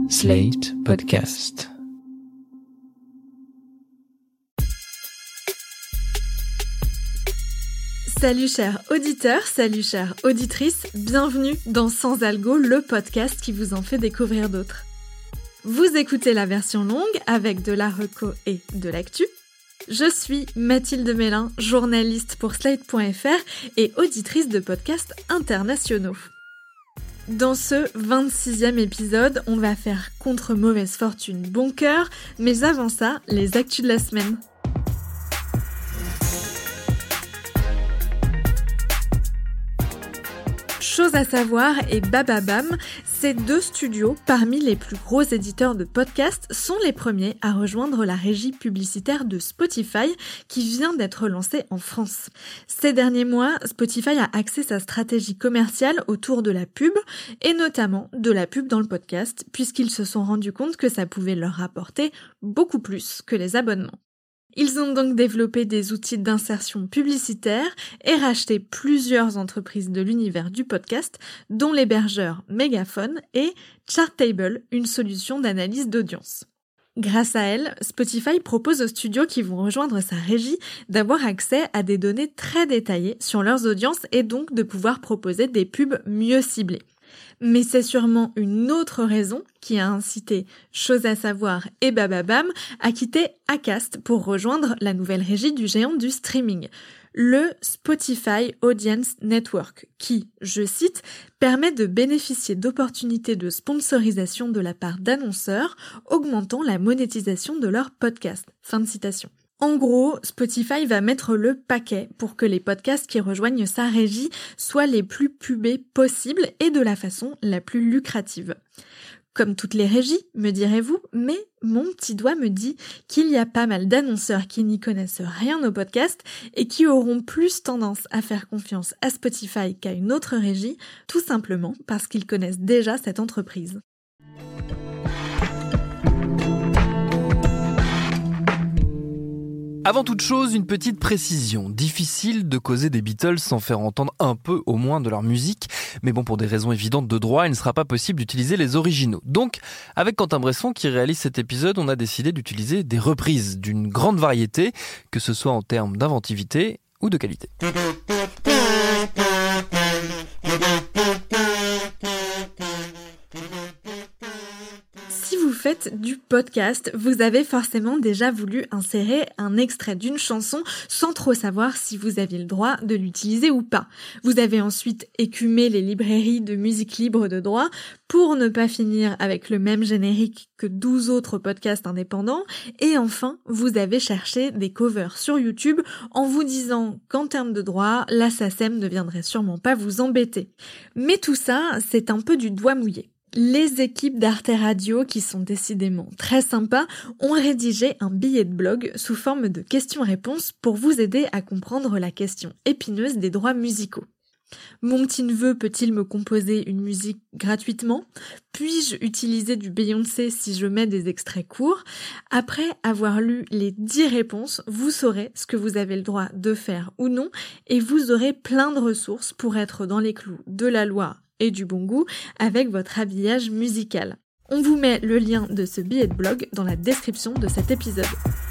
Slate Podcast. Salut chers auditeurs, salut chères auditrices, bienvenue dans Sans Algo, le podcast qui vous en fait découvrir d'autres. Vous écoutez la version longue avec de la reco et de l'actu. Je suis Mathilde Mélin, journaliste pour Slate.fr et auditrice de podcasts internationaux. Dans ce 26e épisode, on va faire contre mauvaise fortune bon cœur, mais avant ça, les actus de la semaine. Chose à savoir et Bababam, ces deux studios, parmi les plus gros éditeurs de podcasts, sont les premiers à rejoindre la régie publicitaire de Spotify qui vient d'être lancée en France. Ces derniers mois, Spotify a axé sa stratégie commerciale autour de la pub et notamment de la pub dans le podcast puisqu'ils se sont rendus compte que ça pouvait leur rapporter beaucoup plus que les abonnements. Ils ont donc développé des outils d'insertion publicitaire et racheté plusieurs entreprises de l'univers du podcast, dont l'hébergeur Megaphone et Chartable, une solution d'analyse d'audience. Grâce à elle, Spotify propose aux studios qui vont rejoindre sa régie d'avoir accès à des données très détaillées sur leurs audiences et donc de pouvoir proposer des pubs mieux ciblées. Mais c'est sûrement une autre raison qui a incité Chose à savoir et Bababam à quitter Acast pour rejoindre la nouvelle régie du géant du streaming, le Spotify Audience Network, qui, je cite, permet de bénéficier d'opportunités de sponsorisation de la part d'annonceurs, augmentant la monétisation de leurs podcasts. Fin de citation. En gros, Spotify va mettre le paquet pour que les podcasts qui rejoignent sa régie soient les plus pubés possibles et de la façon la plus lucrative. Comme toutes les régies, me direz-vous, mais mon petit doigt me dit qu'il y a pas mal d'annonceurs qui n'y connaissent rien au podcast et qui auront plus tendance à faire confiance à Spotify qu'à une autre régie, tout simplement parce qu'ils connaissent déjà cette entreprise. Avant toute chose, une petite précision. Difficile de causer des Beatles sans faire entendre un peu au moins de leur musique. Mais bon, pour des raisons évidentes de droit, il ne sera pas possible d'utiliser les originaux. Donc, avec Quentin Bresson qui réalise cet épisode, on a décidé d'utiliser des reprises d'une grande variété, que ce soit en termes d'inventivité ou de qualité. Si vous faites du podcast, vous avez forcément déjà voulu insérer un extrait d'une chanson sans trop savoir si vous aviez le droit de l'utiliser ou pas. Vous avez ensuite écumé les librairies de musique libre de droit pour ne pas finir avec le même générique que 12 autres podcasts indépendants. Et enfin, vous avez cherché des covers sur YouTube en vous disant qu'en termes de droit, la SACEM ne viendrait sûrement pas vous embêter. Mais tout ça, c'est un peu du doigt mouillé. Les équipes d'Arte Radio, qui sont décidément très sympas, ont rédigé un billet de blog sous forme de questions-réponses pour vous aider à comprendre la question épineuse des droits musicaux. Mon petit-neveu peut-il me composer une musique gratuitement ? Puis-je utiliser du Beyoncé si je mets des extraits courts ? Après avoir lu les 10 réponses, vous saurez ce que vous avez le droit de faire ou non et vous aurez plein de ressources pour être dans les clous de la loi et du bon goût avec votre habillage musical. On vous met le lien de ce billet de blog dans la description de cet épisode.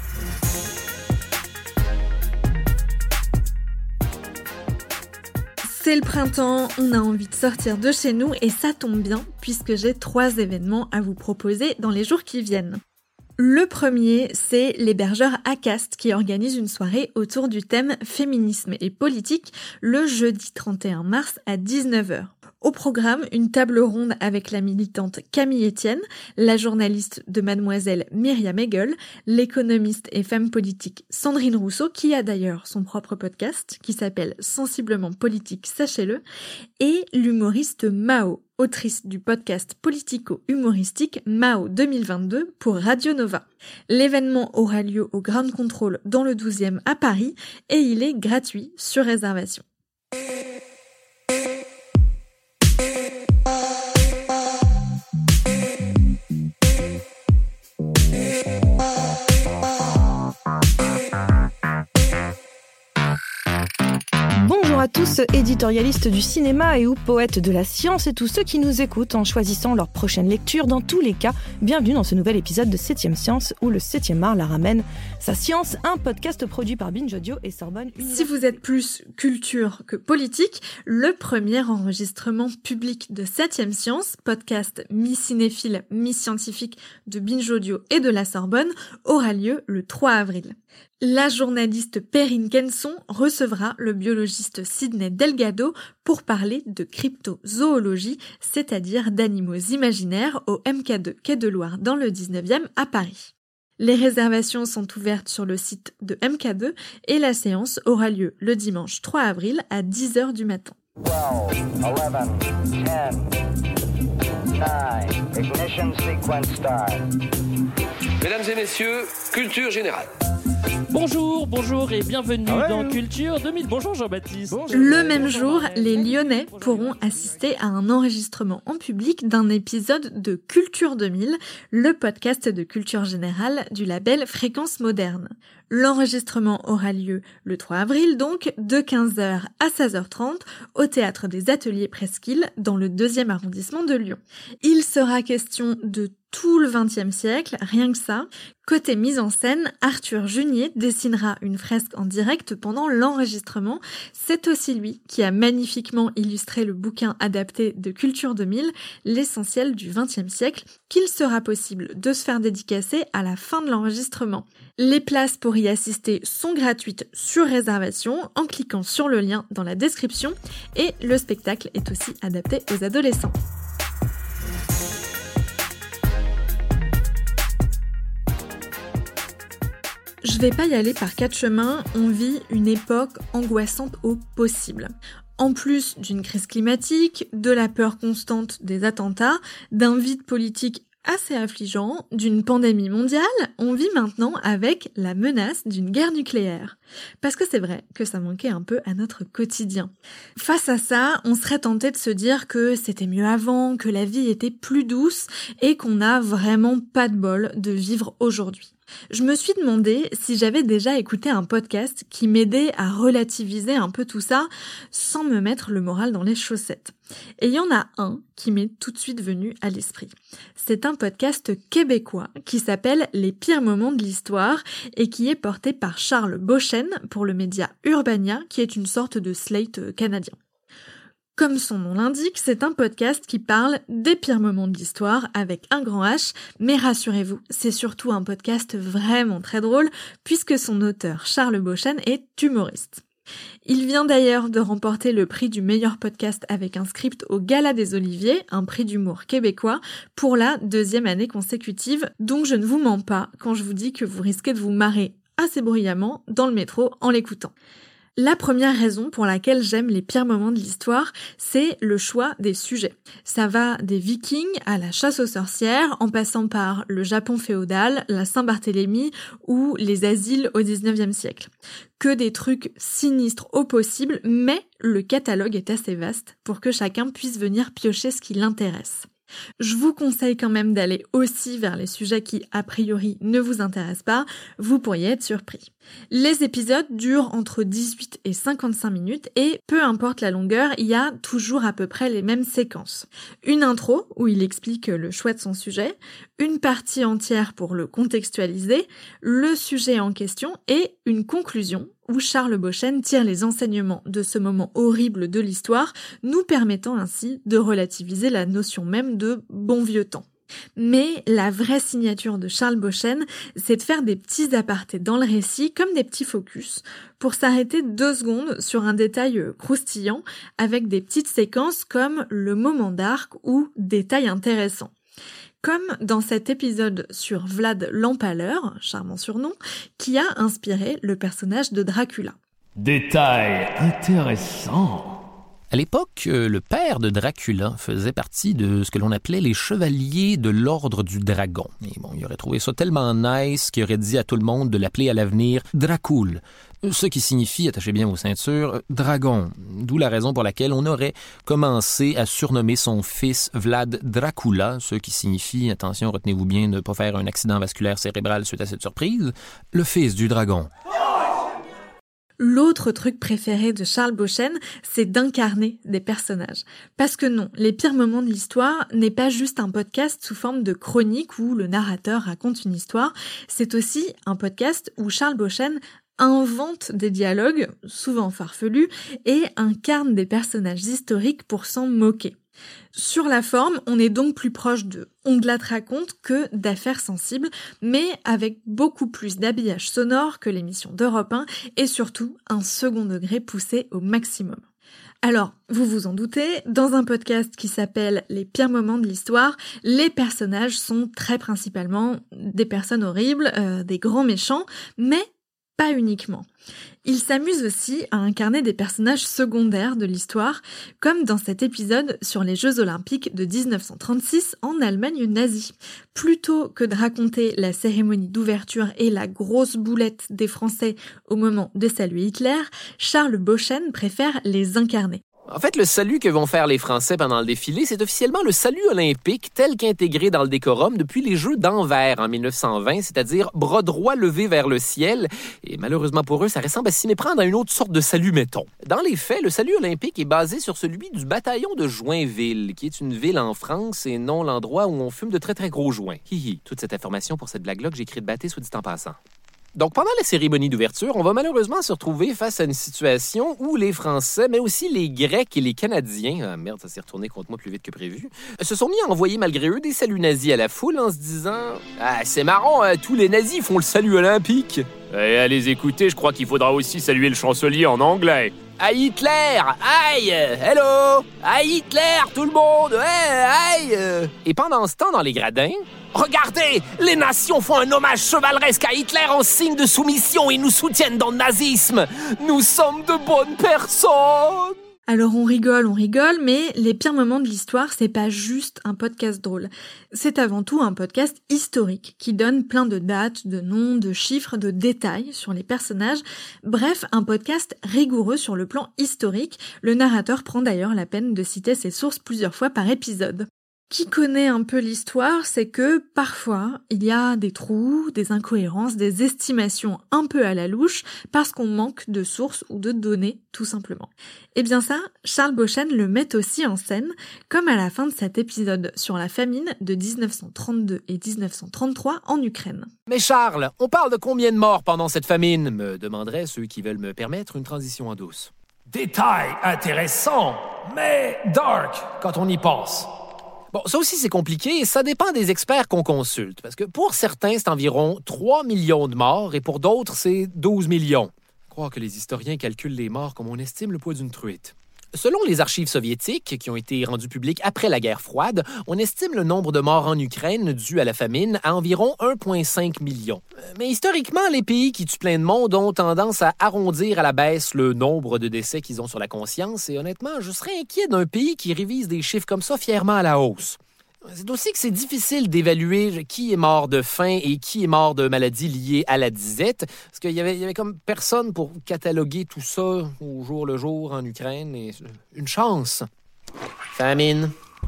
C'est le printemps, on a envie de sortir de chez nous et ça tombe bien puisque j'ai 3 événements à vous proposer dans les jours qui viennent. Le premier, c'est l'hébergeur Acast qui organise une soirée autour du thème féminisme et politique le jeudi 31 mars à 19h. Au programme, une table ronde avec la militante Camille Etienne, la journaliste de Mademoiselle Myriam Hegel, l'économiste et femme politique Sandrine Rousseau, qui a d'ailleurs son propre podcast, qui s'appelle Sensiblement politique, sachez-le, et l'humoriste Mao, autrice du podcast politico-humoristique Mao 2022 pour Radio Nova. L'événement aura lieu au Ground Control dans le 12e à Paris et il est gratuit sur réservation. à tous, éditorialistes du cinéma et ou poètes de la science et tous ceux qui nous écoutent en choisissant leur prochaine lecture. Dans tous les cas, bienvenue dans ce nouvel épisode de 7e Science où le 7e art la ramène sa science, un podcast produit par Binge Audio et Sorbonne Université. Si vous êtes plus culture que politique, le premier enregistrement public de 7e Science, podcast mi-cinéphile, mi-scientifique de Binge Audio et de la Sorbonne, aura lieu le 3 avril. La journaliste Perrine Kenson recevra le biologiste Sidney Delgado pour parler de cryptozoologie, c'est-à-dire d'animaux imaginaires au MK2 Quai de Loire dans le 19e à Paris. Les réservations sont ouvertes sur le site de MK2 et la séance aura lieu le dimanche 3 avril à 10h du matin. 12, 11, 10, 9, ignition sequence start. Mesdames et messieurs, culture générale. Bonjour et bienvenue dans Culture 2000. Bonjour Jean-Baptiste. Bonjour. Le même jour, les Lyonnais pourront assister à un enregistrement en public d'un épisode de Culture 2000, le podcast de culture générale du label Fréquence Moderne. L'enregistrement aura lieu le 3 avril donc, de 15h à 16h30 au Théâtre des Ateliers Presqu'île dans le 2e arrondissement de Lyon. Il sera question de tout le XXe siècle, rien que ça. Côté mise en scène, Arthur Junier dessinera une fresque en direct pendant l'enregistrement. C'est aussi lui qui a magnifiquement illustré le bouquin adapté de Culture 2000, l'essentiel du XXe siècle, qu'il sera possible de se faire dédicacer à la fin de l'enregistrement. Les places pour y assister sont gratuites sur réservation en cliquant sur le lien dans la description et le spectacle est aussi adapté aux adolescents. Je vais pas y aller par 4 chemins, on vit une époque angoissante au possible. En plus d'une crise climatique, de la peur constante des attentats, d'un vide politique assez affligeant, d'une pandémie mondiale, on vit maintenant avec la menace d'une guerre nucléaire. Parce que c'est vrai que ça manquait un peu à notre quotidien. Face à ça, on serait tenté de se dire que c'était mieux avant, que la vie était plus douce et qu'on n'a vraiment pas de bol de vivre aujourd'hui. Je me suis demandé si j'avais déjà écouté un podcast qui m'aidait à relativiser un peu tout ça sans me mettre le moral dans les chaussettes. Et il y en a un qui m'est tout de suite venu à l'esprit. C'est un podcast québécois qui s'appelle Les pires moments de l'histoire et qui est porté par Charles Beauchesne pour le média Urbania, qui est une sorte de Slate canadien. Comme son nom l'indique, c'est un podcast qui parle des pires moments de l'histoire avec un grand H, mais rassurez-vous, c'est surtout un podcast vraiment très drôle puisque son auteur Charles Beauchesne est humoriste. Il vient d'ailleurs de remporter le prix du meilleur podcast avec un script au Gala des Oliviers, un prix d'humour québécois, pour la 2e année consécutive, donc je ne vous mens pas quand je vous dis que vous risquez de vous marrer assez bruyamment dans le métro en l'écoutant. La première raison pour laquelle j'aime les pires moments de l'histoire, c'est le choix des sujets. Ça va des Vikings à la chasse aux sorcières, en passant par le Japon féodal, la Saint-Barthélemy ou les asiles au 19e siècle. Que des trucs sinistres au possible, mais le catalogue est assez vaste pour que chacun puisse venir piocher ce qui l'intéresse. Je vous conseille quand même d'aller aussi vers les sujets qui, a priori, ne vous intéressent pas, vous pourriez être surpris. Les épisodes durent entre 18 et 55 minutes et peu importe la longueur, il y a toujours à peu près les mêmes séquences. Une intro où il explique le choix de son sujet, une partie entière pour le contextualiser, le sujet en question et une conclusion où Charles Beauchesne tire les enseignements de ce moment horrible de l'histoire, nous permettant ainsi de relativiser la notion même de bon vieux temps. Mais la vraie signature de Charles Beauchesne, c'est de faire des petits apartés dans le récit, comme des petits focus, pour s'arrêter 2 secondes sur un détail croustillant, avec des petites séquences comme le moment d'arc ou détail intéressant. Comme dans cet épisode sur Vlad l'Empaleur, charmant surnom, qui a inspiré le personnage de Dracula. Détail intéressant. À l'époque, le père de Dracula faisait partie de ce que l'on appelait les chevaliers de l'ordre du dragon. Et bon, il aurait trouvé ça tellement nice qu'il aurait dit à tout le monde de l'appeler à l'avenir Dracul, ce qui signifie, attachez bien vos ceintures, dragon. D'où la raison pour laquelle on aurait commencé à surnommer son fils Vlad Dracula, ce qui signifie, attention, retenez-vous bien de ne pas faire un accident vasculaire cérébral suite à cette surprise, le fils du dragon. L'autre truc préféré de Charles Beauchesne, c'est d'incarner des personnages. Parce que non, Les Pires Moments de l'Histoire n'est pas juste un podcast sous forme de chronique où le narrateur raconte une histoire, c'est aussi un podcast où Charles Beauchesne invente des dialogues, souvent farfelus, et incarne des personnages historiques pour s'en moquer. Sur la forme, on est donc plus proche de On te la raconte que d'Affaires sensibles, mais avec beaucoup plus d'habillage sonore que l'émission d'Europe 1 et surtout un second degré poussé au maximum. Alors, vous vous en doutez, dans un podcast qui s'appelle Les Pires Moments de l'Histoire, les personnages sont très principalement des personnes horribles, des grands méchants, mais pas uniquement. Il s'amuse aussi à incarner des personnages secondaires de l'histoire, comme dans cet épisode sur les Jeux Olympiques de 1936 en Allemagne nazie. Plutôt que de raconter la cérémonie d'ouverture et la grosse boulette des Français au moment de saluer Hitler, Charles Beauchesne préfère les incarner. En fait, le salut que vont faire les Français pendant le défilé, c'est officiellement le salut olympique tel qu'intégré dans le décorum depuis les Jeux d'Anvers en 1920, c'est-à-dire bras droit levé vers le ciel. Et malheureusement pour eux, ça ressemble à s'y méprendre à une autre sorte de salut, mettons. Dans les faits, le salut olympique est basé sur celui du bataillon de Joinville, qui est une ville en France et non l'endroit où on fume de très très gros joints. Hihi, toute cette information pour cette blague-là que j'ai écrite bâtée, soit dit en passant. Donc, pendant la cérémonie d'ouverture, on va malheureusement se retrouver face à une situation où les Français, mais aussi les Grecs et les Canadiens, merde, ça s'est retourné contre moi plus vite que prévu, se sont mis à envoyer malgré eux des saluts nazis à la foule en se disant « Ah, c'est marrant, tous les nazis font le salut olympique. » Et à les écouter, je crois qu'il faudra aussi saluer le chancelier en anglais. « À Hitler! Aïe! Hello! À Hitler, tout le monde! Aïe! » Et pendant ce temps, dans les gradins, regardez! Les nations font un hommage chevaleresque à Hitler en signe de soumission et nous soutiennent dans le nazisme! Nous sommes de bonnes personnes! Alors on rigole, mais Les Pires Moments de l'Histoire, c'est pas juste un podcast drôle. C'est avant tout un podcast historique qui donne plein de dates, de noms, de chiffres, de détails sur les personnages. Bref, un podcast rigoureux sur le plan historique. Le narrateur prend d'ailleurs la peine de citer ses sources plusieurs fois par épisode. Qui connaît un peu l'histoire, c'est que parfois, il y a des trous, des incohérences, des estimations un peu à la louche parce qu'on manque de sources ou de données, tout simplement. Et bien ça, Charles Beauchesne le met aussi en scène, comme à la fin de cet épisode sur la famine de 1932 et 1933 en Ukraine. Mais Charles, on parle de combien de morts pendant cette famine, me demanderaient ceux qui veulent me permettre une transition en douce. Détail intéressant, mais dark quand on y pense. Bon, ça aussi, c'est compliqué et ça dépend des experts qu'on consulte. Parce que pour certains, c'est environ 3 millions de morts et pour d'autres, c'est 12 millions. Croire que les historiens calculent les morts comme on estime le poids d'une truite. Selon les archives soviétiques, qui ont été rendues publiques après la guerre froide, on estime le nombre de morts en Ukraine dû à la famine à environ 1,5 million. Mais historiquement, les pays qui tuent plein de monde ont tendance à arrondir à la baisse le nombre de décès qu'ils ont sur la conscience, et honnêtement, je serais inquiet d'un pays qui révise des chiffres comme ça fièrement à la hausse. C'est aussi que c'est difficile d'évaluer qui est mort de faim et qui est mort de maladies liées à la disette, parce qu'il y avait comme personne pour cataloguer tout ça au jour le jour en Ukraine, et une chance. Famine,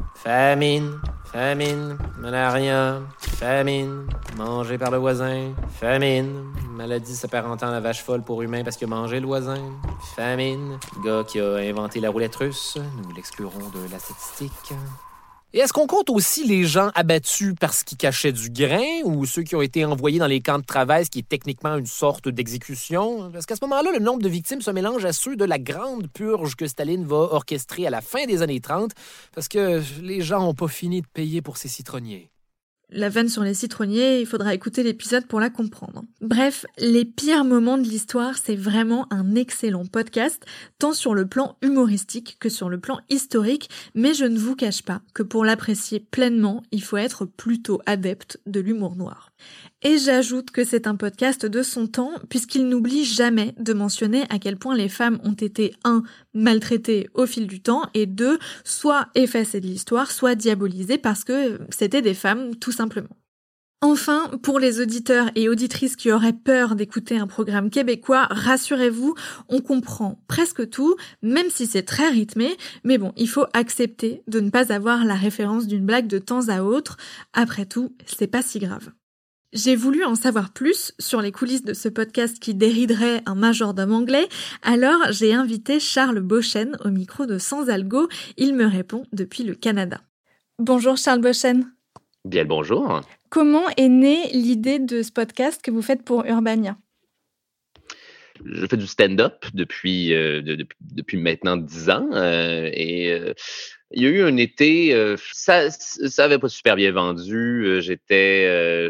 malaria, famine, mangé par le voisin, famine, maladie s'apparentant à la vache folle pour humain parce qu'il a mangé le voisin, famine, gars qui a inventé la roulette russe, nous l'exclurons de la statistique. Et est-ce qu'on compte aussi les gens abattus parce qu'ils cachaient du grain ou ceux qui ont été envoyés dans les camps de travail, ce qui est techniquement une sorte d'exécution? Parce qu'à ce moment-là, le nombre de victimes se mélange à ceux de la grande purge que Staline va orchestrer à la fin des années 30 parce que les gens n'ont pas fini de payer pour ces citronniers. La vanne sur les citronniers, il faudra écouter l'épisode pour la comprendre. Bref, Les Pires Moments de l'Histoire, c'est vraiment un excellent podcast, tant sur le plan humoristique que sur le plan historique, mais je ne vous cache pas que pour l'apprécier pleinement, il faut être plutôt adepte de l'humour noir. Et j'ajoute que c'est un podcast de son temps, puisqu'il n'oublie jamais de mentionner à quel point les femmes ont été 1. Maltraitées au fil du temps, et 2. Soit effacées de l'histoire, soit diabolisées parce que c'était des femmes, tout simplement. Enfin, pour les auditeurs et auditrices qui auraient peur d'écouter un programme québécois, rassurez-vous, on comprend presque tout, même si c'est très rythmé, mais bon, il faut accepter de ne pas avoir la référence d'une blague de temps à autre. Après tout, c'est pas si grave. J'ai voulu en savoir plus sur les coulisses de ce podcast qui dériderait un majordome anglais, alors j'ai invité Charles Beauchesne au micro de Sans Algo. Il me répond depuis le Canada. Bonjour Charles Beauchesne. Bien le bonjour. Comment est née l'idée de ce podcast que vous faites pour Urbania ? Je fais du stand-up depuis maintenant 10 ans il y a eu un été, ça avait pas super bien vendu. J'étais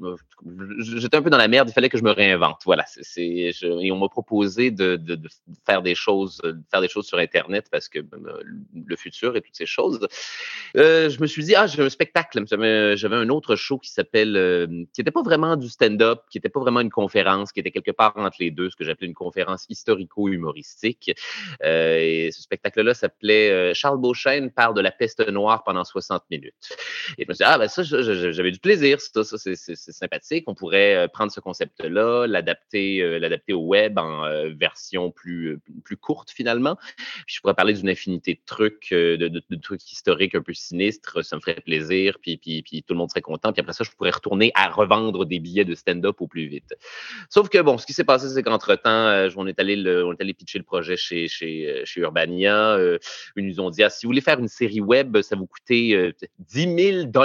un peu dans la merde. Il fallait que je me réinvente. Voilà. Et on m'a proposé de faire des choses sur Internet parce que le futur et toutes ces choses. Je me suis dit j'ai un spectacle. J'avais un autre show qui était pas vraiment du stand-up, qui était pas vraiment une conférence, qui était quelque part entre les deux, ce que j'appelais une conférence historico-humoristique. Et ce spectacle-là s'appelait Charles Beauchesne parle de la peste noire pendant 60 minutes. Et je me suis dit, ça, j'avais du plaisir, ça c'est sympathique. On pourrait prendre ce concept-là, l'adapter au web en version plus courte finalement. Puis je pourrais parler d'une infinité de trucs, de trucs historiques un peu sinistres. Ça me ferait plaisir, puis tout le monde serait content. Puis après ça, je pourrais retourner à revendre des billets de stand-up au plus vite. Sauf que ce qui s'est passé, c'est qu'entre-temps, on est allé pitcher le projet chez Urbania. Ils nous ont dit, si vous voulez faire une série web, ça vous coûtait 10 000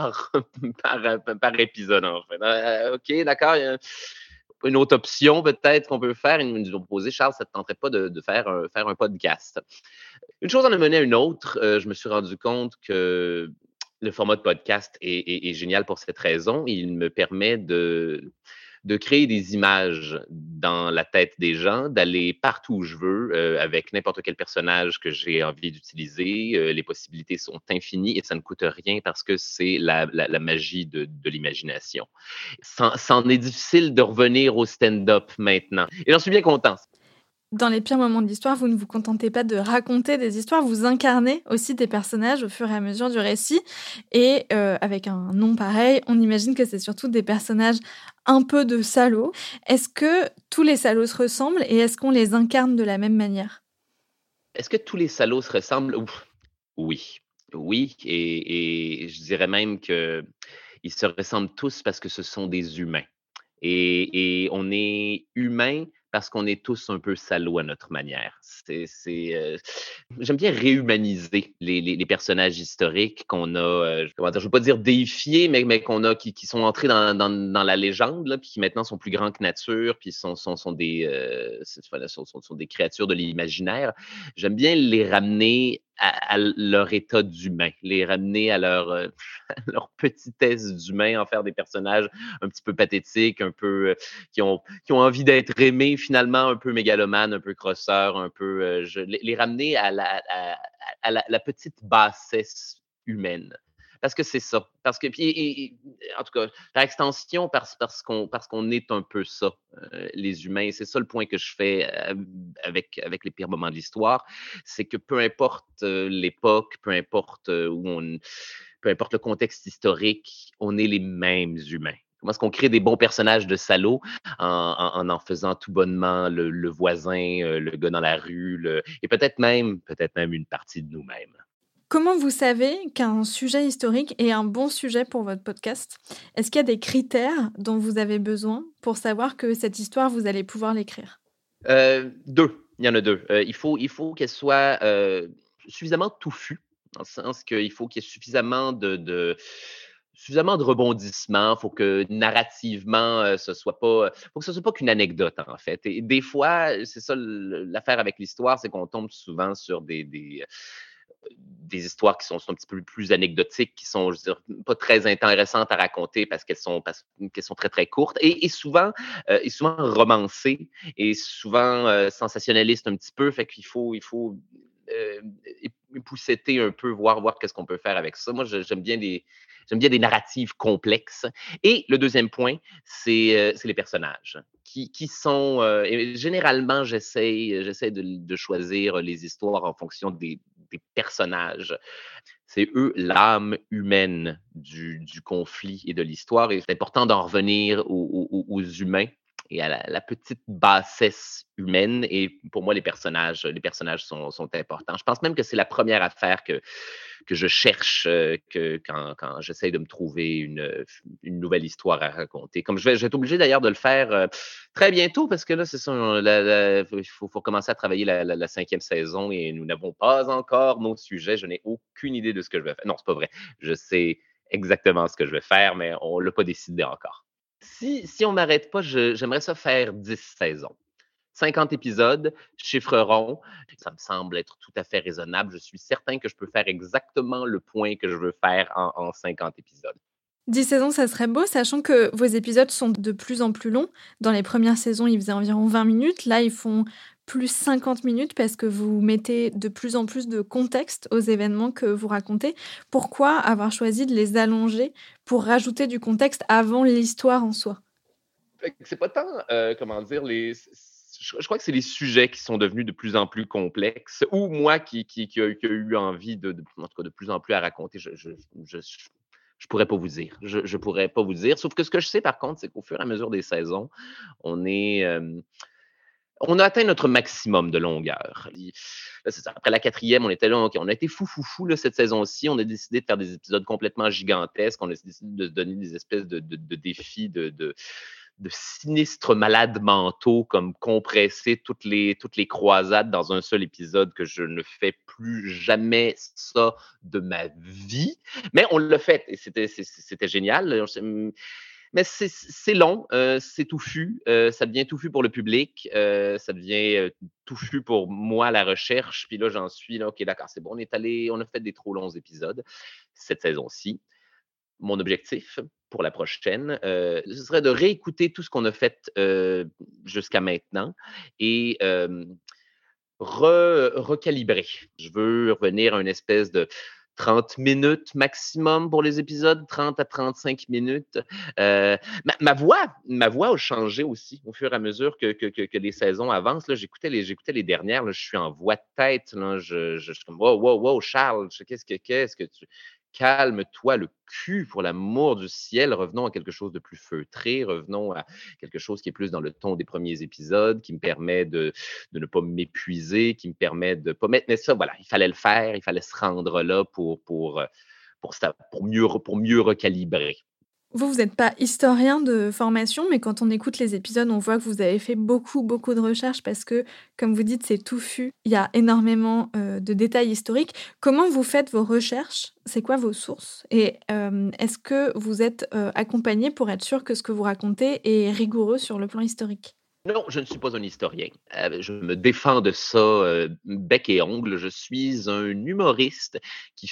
$ par épisode, en fait. OK, d'accord. Il y a une autre option, peut-être, qu'on peut faire. Ils nous ont proposé, Charles, ça ne te tenterait pas de faire un podcast. Une chose en a mené à une autre. Je me suis rendu compte que le format de podcast est génial pour cette raison. Il me permet de créer des images dans la tête des gens, d'aller partout où je veux, avec n'importe quel personnage que j'ai envie d'utiliser. Les possibilités sont infinies et ça ne coûte rien parce que c'est la magie de l'imagination. C'en est difficile de revenir au stand-up maintenant. Et j'en suis bien content. Dans les pires moments de l'histoire, vous ne vous contentez pas de raconter des histoires, vous incarnez aussi des personnages au fur et à mesure du récit. Et avec un nom pareil, on imagine que c'est surtout des personnages un peu de salauds. Est-ce que tous les salauds se ressemblent et est-ce qu'on les incarne de la même manière ? Est-ce que tous les salauds se ressemblent ? Oui. Oui, et je dirais même qu'ils se ressemblent tous parce que ce sont des humains. Et on est humains parce qu'on est tous un peu salauds à notre manière. J'aime bien réhumaniser les personnages historiques qu'on a, je ne veux pas dire déifiés, mais qu'on a, qui sont entrés dans la légende, là, puis qui maintenant sont plus grands que nature, puis sont des créatures de l'imaginaire. J'aime bien les ramener à leur état d'humain, les ramener à leur petitesse d'humain, en faire des personnages un petit peu pathétiques, un peu qui ont envie d'être aimés finalement, un peu mégalomanes, un peu crosseurs, un peu les ramener à la petite bassesse humaine. Parce que c'est ça. Parce que, en tout cas, par extension, parce qu'on est un peu ça, les humains. C'est ça le point que je fais avec les pires moments de l'histoire. C'est que peu importe l'époque, peu importe peu importe le contexte historique, on est les mêmes humains. Comment est-ce qu'on crée des bons personnages de salauds en faisant tout bonnement le voisin, le gars dans la rue, et peut-être même une partie de nous-mêmes. Comment vous savez qu'un sujet historique est un bon sujet pour votre podcast ? Est-ce qu'il y a des critères dont vous avez besoin pour savoir que cette histoire, vous allez pouvoir l'écrire ? Deux. Il y en a deux. Il faut qu'elle soit suffisamment touffue, dans le sens qu'il faut qu'il y ait suffisamment de rebondissements. Il faut que narrativement, faut que ce soit pas qu'une anecdote, en fait. Et des fois, c'est ça l'affaire avec l'histoire, c'est qu'on tombe souvent sur des histoires qui sont un petit peu plus anecdotiques, qui sont, je veux dire, pas très intéressantes à raconter parce qu'elles sont très, très courtes et souvent romancées et souvent sensationnalistes un petit peu. Fait qu'il faut épousseter un peu, voir qu'est-ce qu'on peut faire avec ça. Moi, j'aime bien des narratives complexes. Et le deuxième point, c'est les personnages qui sont... et généralement, j'essaie de choisir les histoires en fonction des personnages. C'est eux l'âme humaine du conflit et de l'histoire. Et c'est important d'en revenir aux humains et à la petite bassesse humaine. Et pour moi, les personnages sont importants. Je pense même que c'est la première affaire que je cherche quand j'essaye de me trouver une nouvelle histoire à raconter. Comme je vais être obligé d'ailleurs de le faire très bientôt parce que là, c'est ça, il faut commencer à travailler la 5e saison et nous n'avons pas encore nos sujets. Je n'ai aucune idée de ce que je vais faire. Non, c'est pas vrai. Je sais exactement ce que je vais faire, mais on ne l'a pas décidé encore. Si on m'arrête pas, j'aimerais ça faire 10 saisons. 50 épisodes, chiffre rond, ça me semble être tout à fait raisonnable. Je suis certain que je peux faire exactement le point que je veux faire en 50 épisodes. 10 saisons, ça serait beau, sachant que vos épisodes sont de plus en plus longs. Dans les premières saisons, ils faisaient environ 20 minutes. Là, ils font plus 50 minutes parce que vous mettez de plus en plus de contexte aux événements que vous racontez. Pourquoi avoir choisi de les allonger pour rajouter du contexte avant l'histoire en soi? C'est pas tant, comment dire, je crois que c'est les sujets qui sont devenus de plus en plus complexes ou moi qui a eu envie en tout cas, de plus en plus à raconter. Je pourrais pas vous dire. Je pourrais pas vous dire. Sauf que ce que je sais, par contre, c'est qu'au fur et à mesure des saisons, on a atteint notre maximum de longueur. Là, c'est ça. Après la 4e, on était là, OK, on a été fou là, cette saison-ci. On a décidé de faire des épisodes complètement gigantesques. On a décidé de se donner des espèces de défis, de sinistres malades mentaux, comme compresser toutes les croisades dans un seul épisode, que je ne fais plus jamais ça de ma vie. Mais on l'a fait et c'était génial. Mais c'est long, c'est touffu, ça devient touffu pour le public, ça devient touffu pour moi, la recherche. Puis là, j'en suis là, OK, d'accord, c'est bon, on a fait des trop longs épisodes cette saison-ci. Mon objectif pour la prochaine, ce serait de réécouter tout ce qu'on a fait jusqu'à maintenant et recalibrer. Je veux revenir à une espèce de 30 minutes maximum pour les épisodes, 30 à 35 minutes. Ma voix a changé aussi au fur et à mesure que les saisons avancent. Là, j'écoutais les dernières, là, je suis en voix de tête. Là, je suis comme, wow, Charles, qu'est-ce que tu... Calme-toi le cul, pour l'amour du ciel. Revenons à quelque chose de plus feutré. Revenons à quelque chose qui est plus dans le ton des premiers épisodes, qui me permet de ne pas m'épuiser, qui me permet de ne pas mettre... Mais ça, voilà, il fallait le faire, il fallait se rendre là pour mieux recalibrer. Vous n'êtes pas historien de formation, mais quand on écoute les épisodes, on voit que vous avez fait beaucoup de recherches parce que, comme vous dites, c'est touffu. Il y a énormément de détails historiques. Comment vous faites vos recherches? C'est quoi vos sources? Et est-ce que vous êtes accompagné pour être sûr que ce que vous racontez est rigoureux sur le plan historique? Non, je ne suis pas un historien. Je me défends de ça bec et ongle. Je suis un humoriste qui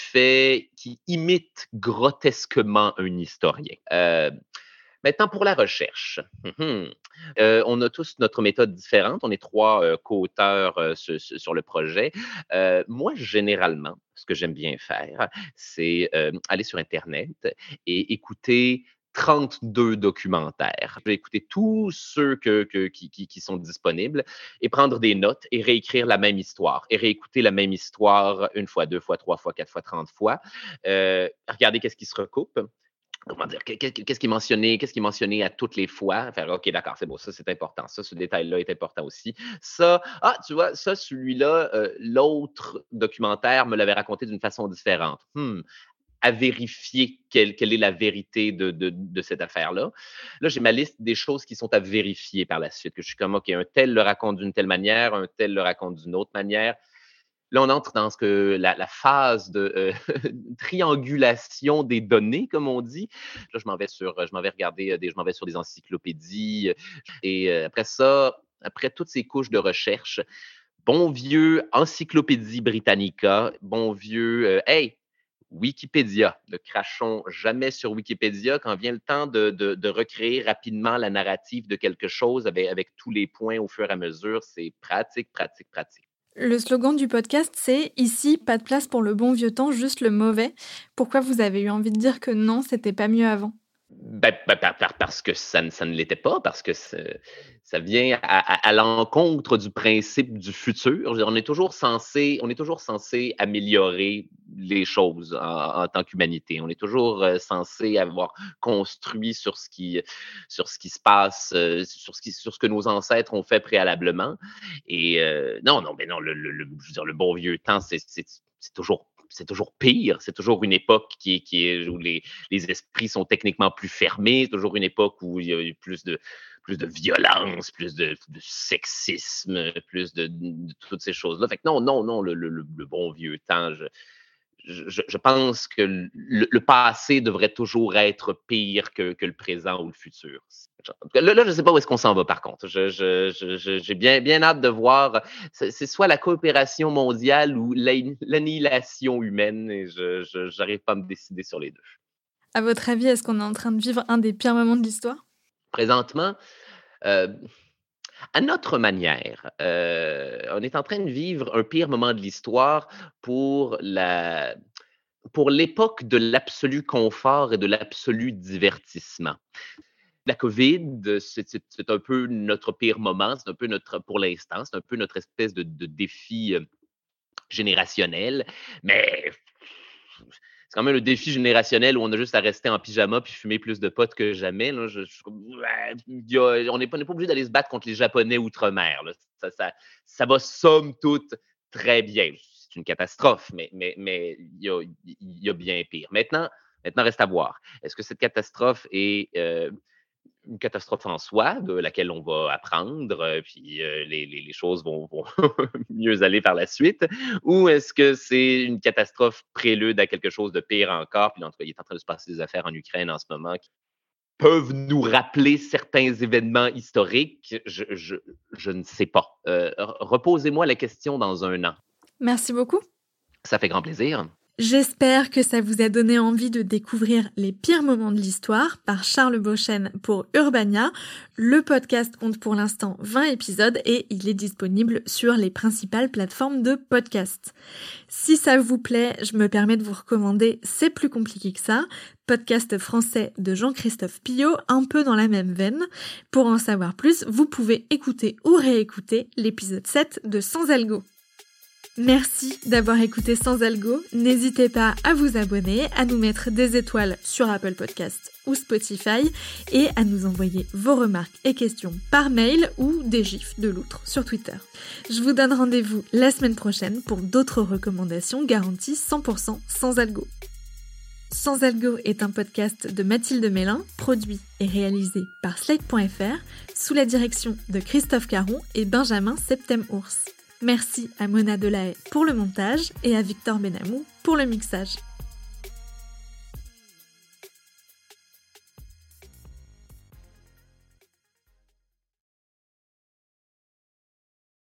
imite grotesquement un historien. Maintenant, pour la recherche, on a tous notre méthode différente. On est 3 co-auteurs sur le projet. Moi, généralement, ce que j'aime bien faire, c'est aller sur Internet et écouter 32 documentaires. Je vais écouter tous ceux qui sont disponibles et prendre des notes et réécrire la même histoire et réécouter la même histoire 1 fois, 2 fois, 3 fois, 4 fois, 30 fois. Regarder qu'est-ce qui se recoupe. Comment dire, qu'est-ce qui est mentionné à toutes les fois. Faire, OK, d'accord, c'est bon, ça, c'est important. Ça, ce détail-là est important aussi. Ça, tu vois, ça, celui-là, l'autre documentaire me l'avait raconté d'une façon différente. À vérifier quelle est la vérité de cette affaire-là. Là, j'ai ma liste des choses qui sont à vérifier par la suite, que je suis comme, OK, un tel le raconte d'une telle manière, un tel le raconte d'une autre manière. Là, on entre dans la phase de triangulation des données, comme on dit. Là, je m'en vais sur des encyclopédies. Et après ça, après toutes ces couches de recherche, bon vieux Encyclopédie Britannica, bon vieux, Wikipédia. Ne crachons jamais sur Wikipédia quand vient le temps de recréer rapidement la narrative de quelque chose avec tous les points au fur et à mesure. C'est pratique. Le slogan du podcast, c'est « Ici, pas de place pour le bon vieux temps, juste le mauvais ». Pourquoi vous avez eu envie de dire que non, c'était pas mieux avant? Parce que ça ne l'était pas, parce que ça vient à l'encontre du principe du futur. Je veux dire, on est toujours censé améliorer les choses en tant qu'humanité. On est toujours censé avoir construit sur ce qui se passe, sur ce que nos ancêtres ont fait préalablement. Et non, je veux dire, le bon vieux temps, c'est toujours pire. C'est toujours une époque où les esprits sont techniquement plus fermés. C'est toujours une époque où il y a eu plus de violence, plus de sexisme, plus de toutes ces choses-là. Fait que non, le bon vieux temps, je pense que le passé devrait toujours être pire que le présent ou le futur. Là, je ne sais pas où est-ce qu'on s'en va, par contre. J'ai bien hâte de voir. C'est soit la coopération mondiale ou l'annihilation humaine, et je n'arrive pas à me décider sur les deux. À votre avis, est-ce qu'on est en train de vivre un des pires moments de l'histoire? Présentement, à notre manière, on est en train de vivre un pire moment de l'histoire pour l'époque de l'absolu confort et de l'absolu divertissement. La COVID, c'est un peu notre pire moment, c'est un peu pour l'instant, c'est un peu notre espèce de défi générationnel, mais c'est quand même le défi générationnel où on a juste à rester en pyjama puis fumer plus de potes que jamais. Là. On n'est pas obligé d'aller se battre contre les Japonais outre-mer. Là. Ça va somme toute très bien. C'est une catastrophe, mais il y a bien pire. Maintenant, reste à voir. Est-ce que cette catastrophe est une catastrophe en soi, de laquelle on va apprendre, puis les choses vont mieux aller par la suite, ou est-ce que c'est une catastrophe prélude à quelque chose de pire encore? Puis en tout cas, il est en train de se passer des affaires en Ukraine en ce moment qui peuvent nous rappeler certains événements historiques. Je ne sais pas. Reposez-moi la question dans 1 an. Merci beaucoup. Ça fait grand plaisir. J'espère que ça vous a donné envie de découvrir les pires moments de l'histoire par Charles Beauchesne pour Urbania. Le podcast compte pour l'instant 20 épisodes et il est disponible sur les principales plateformes de podcast. Si ça vous plaît, je me permets de vous recommander C'est plus compliqué que ça, podcast français de Jean-Christophe Pillot, un peu dans la même veine. Pour en savoir plus, vous pouvez écouter ou réécouter l'épisode 7 de Sans Algo. Merci d'avoir écouté Sans Algo. N'hésitez pas à vous abonner, à nous mettre des étoiles sur Apple Podcasts ou Spotify et à nous envoyer vos remarques et questions par mail ou des gifs de loutre sur Twitter. Je vous donne rendez-vous la semaine prochaine pour d'autres recommandations garanties 100% sans algo. Sans Algo est un podcast de Mathilde Mélin, produit et réalisé par Slate.fr sous la direction de Christophe Caron et Benjamin Septem-Ours. Merci à Mona Delahaye pour le montage et à Victor Benamou pour le mixage.